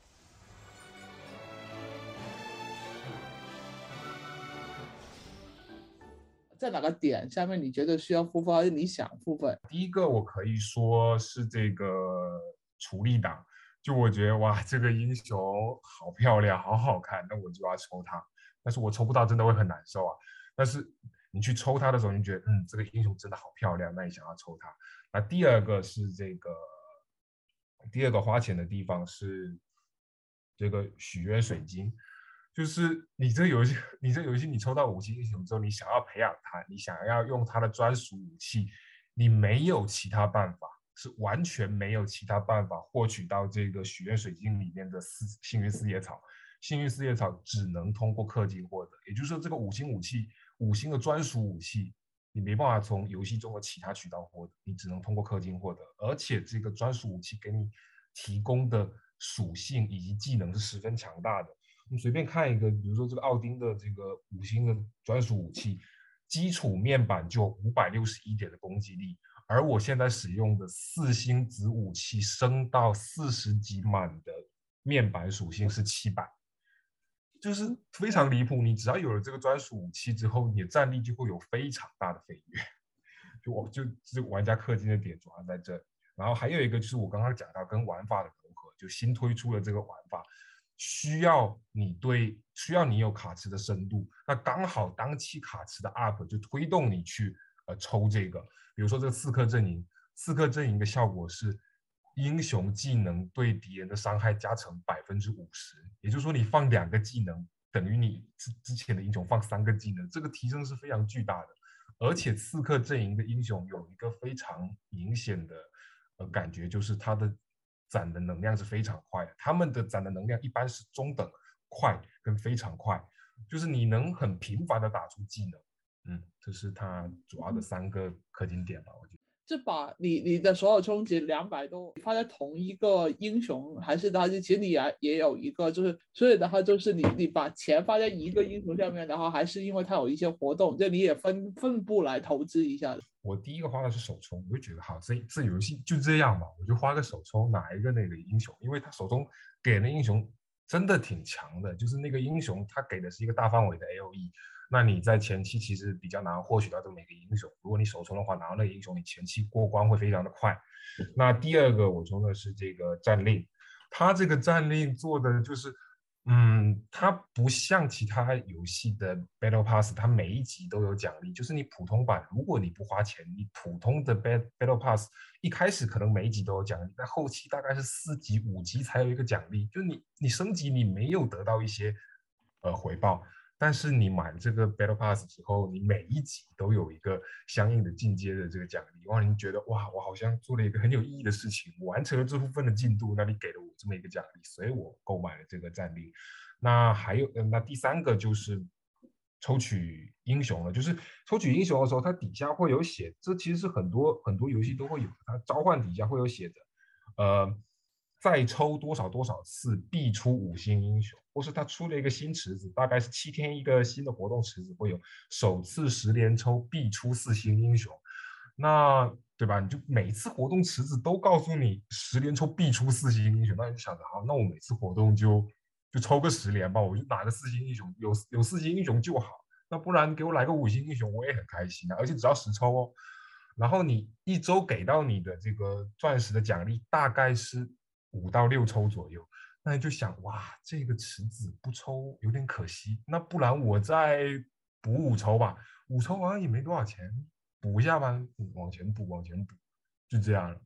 Speaker 4: 在哪个点下面你觉得需要付费，还是你想付费？
Speaker 6: 第一个我可以说是这个处理档，就我觉得哇，这个英雄好漂亮，好好看，那我就要抽它。但是我抽不到，真的会很难受啊。但是你去抽它的时候，你觉得嗯，这个英雄真的好漂亮，那你想要抽它。那第二个是这个，第二个花钱的地方是这个许愿水晶。就是你这游戏，你这游戏你抽到五星英雄之后，你想要培养它，你想要用它的专属武器，你没有其他办法，是完全没有其他办法获取到这个许愿水晶里面的四幸运四叶草。幸运四叶草只能通过氪金获得，也就是说，这个五星武器，五星的专属武器，你没办法从游戏中的其他渠道获得，你只能通过氪金获得。而且这个专属武器给你提供的属性以及技能是十分强大的。你随便看一个，比如说这个奥丁的这个五星的专属武器，基础面板就五百六十一点的攻击力，而我现在使用的四星子武器升到四十级满的面板属性是七百，就是非常离谱。你只要有了这个专属武器之后，你的战力就会有非常大的飞跃。就我就这玩家氪金的点主要在这。然后还有一个就是我刚刚讲到跟玩法的融合，就新推出了这个玩法。需要你对需要你有卡池的深度，那刚好当期卡池的 up 就推动你去呃抽这个，比如说这个刺客阵营，刺客阵营的效果是英雄技能对敌人的伤害加成百分之五十，也就是说你放两个技能等于你之之前的英雄放三个技能，这个提升是非常巨大的。而且刺客阵营的英雄有一个非常明显的呃感觉，就是他的攒的能量是非常快的，他们的攒的能量一般是中等、快跟非常快，就是你能很频繁的打出技能，嗯，这是它主要的三个氪金点吧，我觉得。
Speaker 4: 就把你你的所有充值两百都放在同一个英雄，还是它其实你也也有一个，就是所以的话就是你你把钱放在一个英雄上面，然后还是因为它有一些活动，就你也分分布来投资一下。
Speaker 6: 我第一个花的是手充，我就觉得好，这这游戏就这样吧，我就花个手充拿一个那个英雄，因为他手充给的英雄真的挺强的，就是那个英雄他给的是一个大范围的 A O E。那你在前期其实比较难获取到这么一个英雄，如果你手充的话，拿到那个英雄，你前期过关会非常的快。那第二个我充的是这个战令，它这个战令做的就是，嗯，它不像其他游戏的 Battle Pass， 它每一集都有奖励，就是你普通版，如果你不花钱，你普通的 Battle Pass 一开始可能每一集都有奖励，但后期大概是四级、五级才有一个奖励，就是你你升级你没有得到一些呃回报。但是你买了这个 Battle Pass 之后，你每一集都有一个相应的进阶的这个奖励，哇，你觉得哇，我好像做了一个很有意义的事情，我完成了这部分的进度，那你给了我这么一个奖励，所以我购买了这个战令。那还有，那第三个就是抽取英雄了，就是抽取英雄的时候，它底下会有写，这其实是很多很多游戏都会有，它召唤底下会有写的，呃。再抽多少多少次必出五星英雄，或是他出了一个新池子，大概是七天一个新的活动池子，会有首次十连抽必出四星英雄，那对吧？你就每次活动池子都告诉你十连抽必出四星英雄，那你就想着好，那我每次活动就就抽个十连吧，我就拿个四星英雄，有有四星英雄就好，那不然给我来个五星英雄我也很开心啊，而且只要十抽哦。然后你一周给到你的这个钻石的奖励大概是五到六抽左右，那你就想哇，这个池子不抽有点可惜，那不然我再补五抽吧，五抽好像也没多少钱，补一下吧，往前补往前补，就这样了。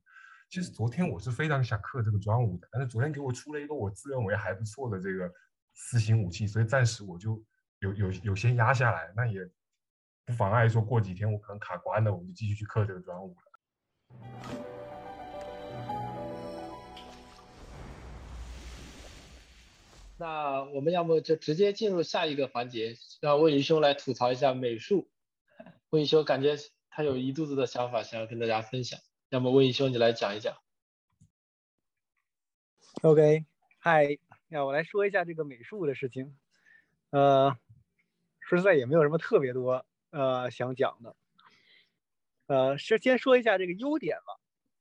Speaker 6: 其实昨天我是非常想刻这个专武的，但是昨天给我出了一个我自认为还不错的这个四星武器，所以暂时我就有有有先压下来，那也不妨碍说过几天我可能卡关了，我就继续去刻这个专武了。
Speaker 1: 那我们要么就直接进入下一个环节，让魏宇兄来吐槽一下美术。魏宇兄感觉他有一肚子的想法想要跟大家分享，要么魏宇兄你来讲一讲。
Speaker 7: OK， 嗨，那我来说一下这个美术的事情。呃，说实在也没有什么特别多呃想讲的。呃，是先说一下这个优点吧，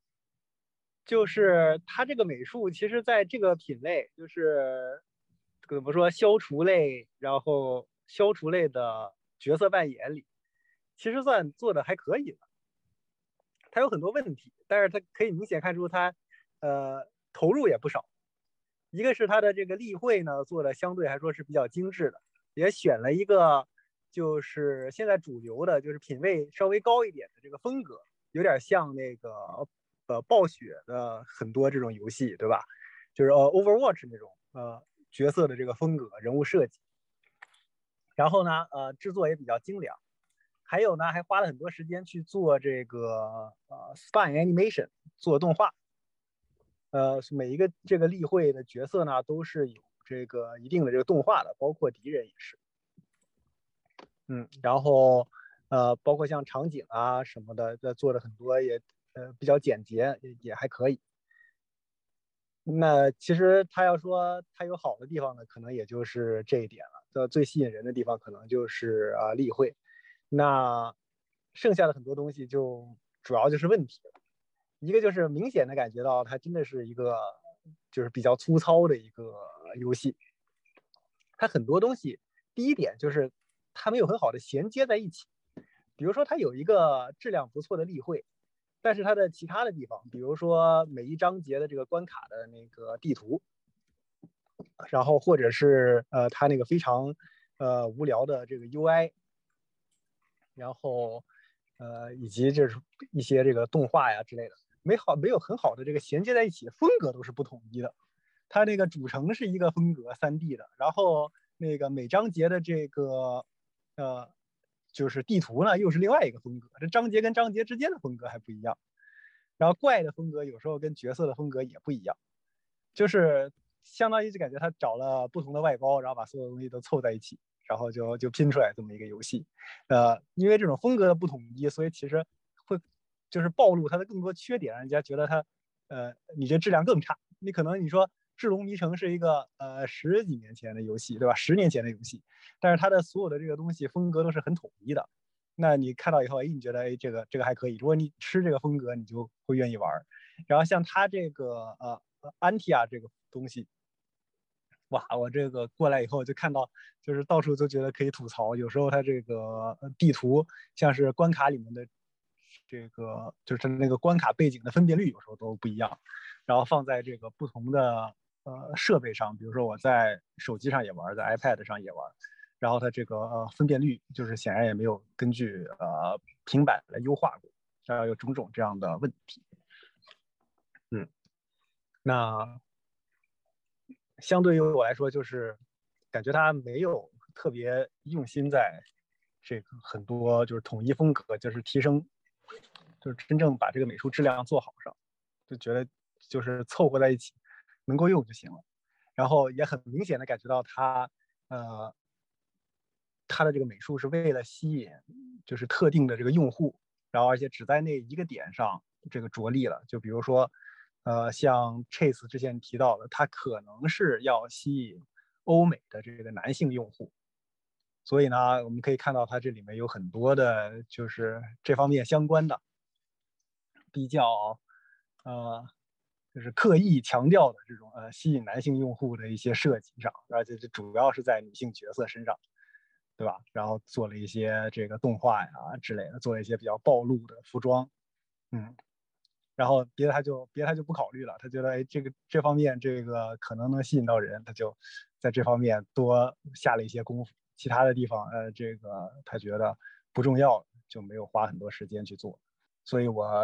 Speaker 7: 就是它这个美术其实在这个品类，就是怎么说消除类，然后消除类的角色扮演里，其实算做的还可以了。它有很多问题，但是它可以明显看出它呃投入也不少。一个是它的这个例会呢做的相对来说是比较精致的，也选了一个就是现在主流的，就是品味稍微高一点的这个风格，有点像那个呃暴雪的很多这种游戏，对吧？就是呃 Overwatch 那种呃角色的这个风格、人物设计。然后呢，呃制作也比较精良，还有呢还花了很多时间去做这个呃 Spine Animation 做动画。呃，每一个这个例会的角色呢，都是有这个一定的这个动画的，包括敌人也是。嗯，然后呃，包括像场景啊什么的，做的很多也呃比较简洁，也也还可以。那其实他要说他有好的地方呢，可能也就是这一点了。这最吸引人的地方可能就是啊例会，那剩下的很多东西就主要就是问题了。一个就是明显的感觉到它真的是一个就是比较粗糙的一个游戏，它很多东西，第一点就是它没有很好的衔接在一起。比如说它有一个质量不错的例会，但是它的其他的地方，比如说每一章节的这个关卡的那个地图，然后或者是呃它那个非常呃无聊的这个 U I， 然后呃以及这是一些这个动画呀之类的。没好没有很好的这个衔接在一起，风格都是不统一的。它那个主城是一个风格 三 D 的，然后那个每章节的这个呃就是地图呢又是另外一个风格，这章节跟章节之间的风格还不一样。然后怪的风格有时候跟角色的风格也不一样，就是相当于就感觉他找了不同的外包，然后把所有东西都凑在一起，然后就就拼出来这么一个游戏。呃，因为这种风格的不统一，所以其实会就是暴露它的更多缺点，让人家觉得它，呃，你这质量更差。你可能你说《智龙迷城》是一个呃十几年前的游戏，对吧？十年前的游戏，但是它的所有的这个东西风格都是很统一的。那你看到以后，哎，你觉得哎这个这个还可以，如果你吃这个风格，你就会愿意玩。然后像它这个呃安提亚这个东西，哇，我这个过来以后就看到，就是到处都觉得可以吐槽。有时候它这个地图像是关卡里面的。这个就是那个关卡背景的分辨率有时候都不一样，然后放在这个不同的呃设备上，比如说我在手机上也玩，在 iPad 上也玩，然后它这个呃分辨率就是显然也没有根据呃平板来优化过，然后有种种这样的问题。嗯，那相对于我来说，就是感觉它没有特别用心在这个很多就是统一风格，就是提升。就是真正把这个美术质量做好上，就觉得就是凑合在一起，能够用就行了。然后也很明显的感觉到他，呃，他的这个美术是为了吸引就是特定的这个用户，然后而且只在那一个点上这个着力了。就比如说，呃，像 Chase 之前提到的，他可能是要吸引欧美的这个男性用户。所以呢，我们可以看到它这里面有很多的，就是这方面相关的。比较呃，就是刻意强调的这种呃吸引男性用户的一些设计上，而且主要是在女性角色身上，对吧？然后做了一些这个动画呀之类的，做了一些比较暴露的服装，嗯，然后别的他就别的他就不考虑了，他觉得哎这个这方面这个可能能吸引到人，他就在这方面多下了一些功夫，其他的地方呃这个他觉得不重要，就没有花很多时间去做，所以我。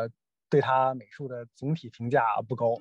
Speaker 7: 对它美术的总体评价不高。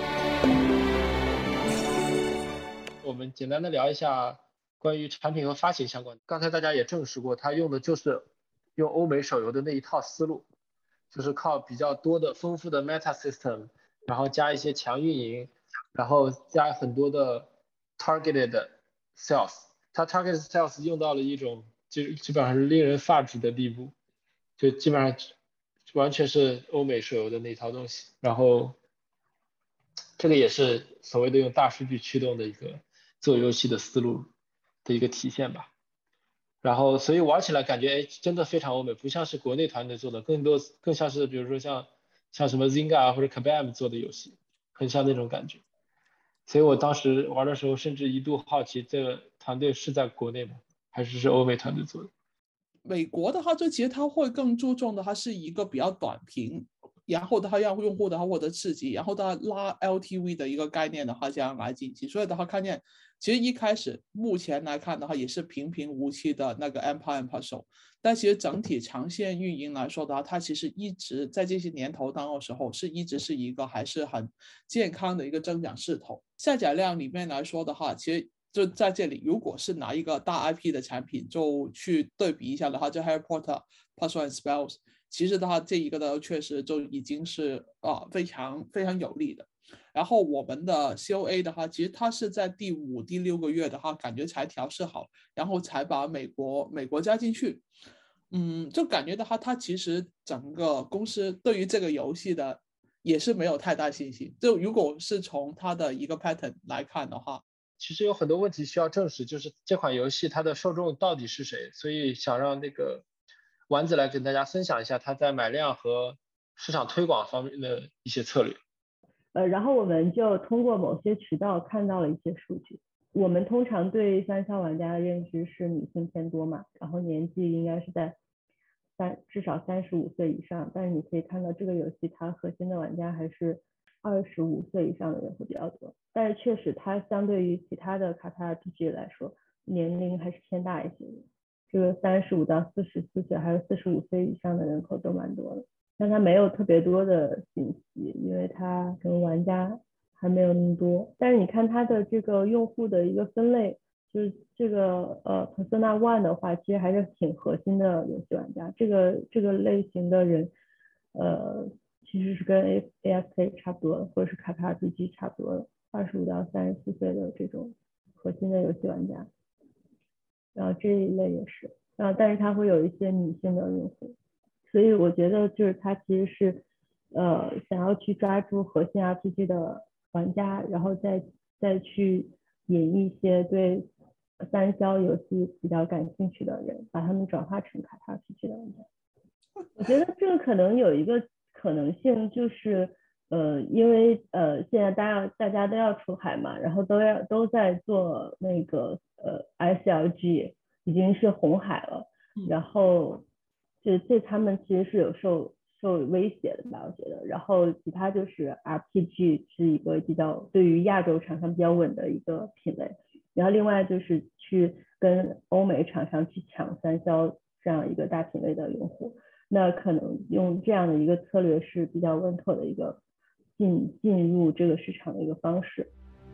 Speaker 1: 我们简单的聊一下关于产品和发行相关的。刚才大家也证实过，它用的就是用欧美手游的那一套思路，就是靠比较多的丰富的 meta system， 然后加一些强运营，然后加很多的 targeted sales。它 targeted sales 用到了一种基基本上是令人发指的地步，就基本上完全是欧美手游的那套东西。然后这个也是所谓的用大数据驱动的一个做游戏的思路的一个体现吧。然后所以玩起来感觉哎真的非常欧美，不像是国内团队做的，更多更像是比如说像像什么 Zynga 或者 Kabam 做的游戏，很像那种感觉。所以我当时玩的时候甚至一度好奇这个团队是在国内吗，还是是欧美团队做的。
Speaker 4: 美国的话，就其实它会更注重的，它是一个比较短平，然后它让用户的话获得刺激，然后它拉 L T V 的一个概念的话这样来进行。所以的话看见，其实一开始目前来看的话也是平平无奇的那个 Empire and Puzzle， 但其实整体长线运营来说的话，它其实一直在这些年头当的时候是一直是一个还是很健康的一个增长势头。下载量里面来说的话，其实就在这里，如果是拿一个大 I P 的产品就去对比一下的话，就 Harry Potter、Puzzle and Spells， 其实的话这一个呢确实就已经是啊、呃、非常非常有利的。然后我们的 C O A 的话，其实它是在第五、第六个月的话，感觉才调试好，然后才把美国美国加进去。嗯，就感觉的话，它其实整个公司对于这个游戏的也是没有太大信心。就如果是从它的一个 pattern 来看的话，
Speaker 1: 其实有很多问题需要证实，就是这款游戏它的受众到底是谁，所以想让那个丸子来跟大家分享一下他在买量和市场推广方面的一些策略。
Speaker 5: 呃，然后我们就通过某些渠道看到了一些数据。我们通常对三消玩家的认知是女性偏多嘛，然后年纪应该是在三至少三十五岁以上，但是你可以看到这个游戏它核心的玩家还是二十五岁以上的人会比较多，但是确实它相对于其他的卡塔 R P G 来说，年龄还是偏大一些的。这个三十五到四十四岁还有四十五岁以上的人口都蛮多的，但它没有特别多的信息，因为它可能玩家还没有那么多。但是你看它的这个用户的一个分类，就是这个呃 Persona One 的话，其实还是挺核心的游戏玩家，这个这个类型的人，呃，其实是跟 A F K 差不多，或者是卡塔 R P G 差不多的，二十五到三十四岁的这种核心的游戏玩家。然后这一类也是，然后但是它会有一些女性的用户，所以我觉得就是它其实是呃想要去抓住核心 R P G 的玩家，然后再再去引一些对三消游戏比较感兴趣的人，把他们转化成卡塔 R P G 的玩家。我觉得这个可能有一个可能性就是呃因为呃现在大家大家都要出海嘛，然后都要都在做那个呃 S L G 已经是红海了，然后就对他们其实是有受受威胁的吧，我觉得。然后其他就是 R P G 是一个比较对于亚洲厂商比较稳的一个品类，然后另外就是去跟欧美厂商去抢三消这样一个大品类的用户，那可能用这样的一个策略是比较稳妥的一个进进入这个市场的一个方式。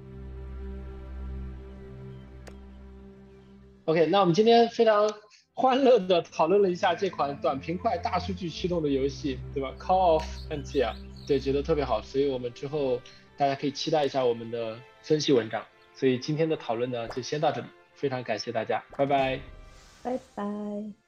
Speaker 1: OK， 那我们今天非常欢乐的讨论了一下这款短平快大数据驱动的游戏，对吧 ？Call of Antia， 对，觉得特别好，所以我们之后大家可以期待一下我们的分析文章。所以今天的讨论呢就先到这里，非常感谢大家，拜拜，
Speaker 5: 拜拜。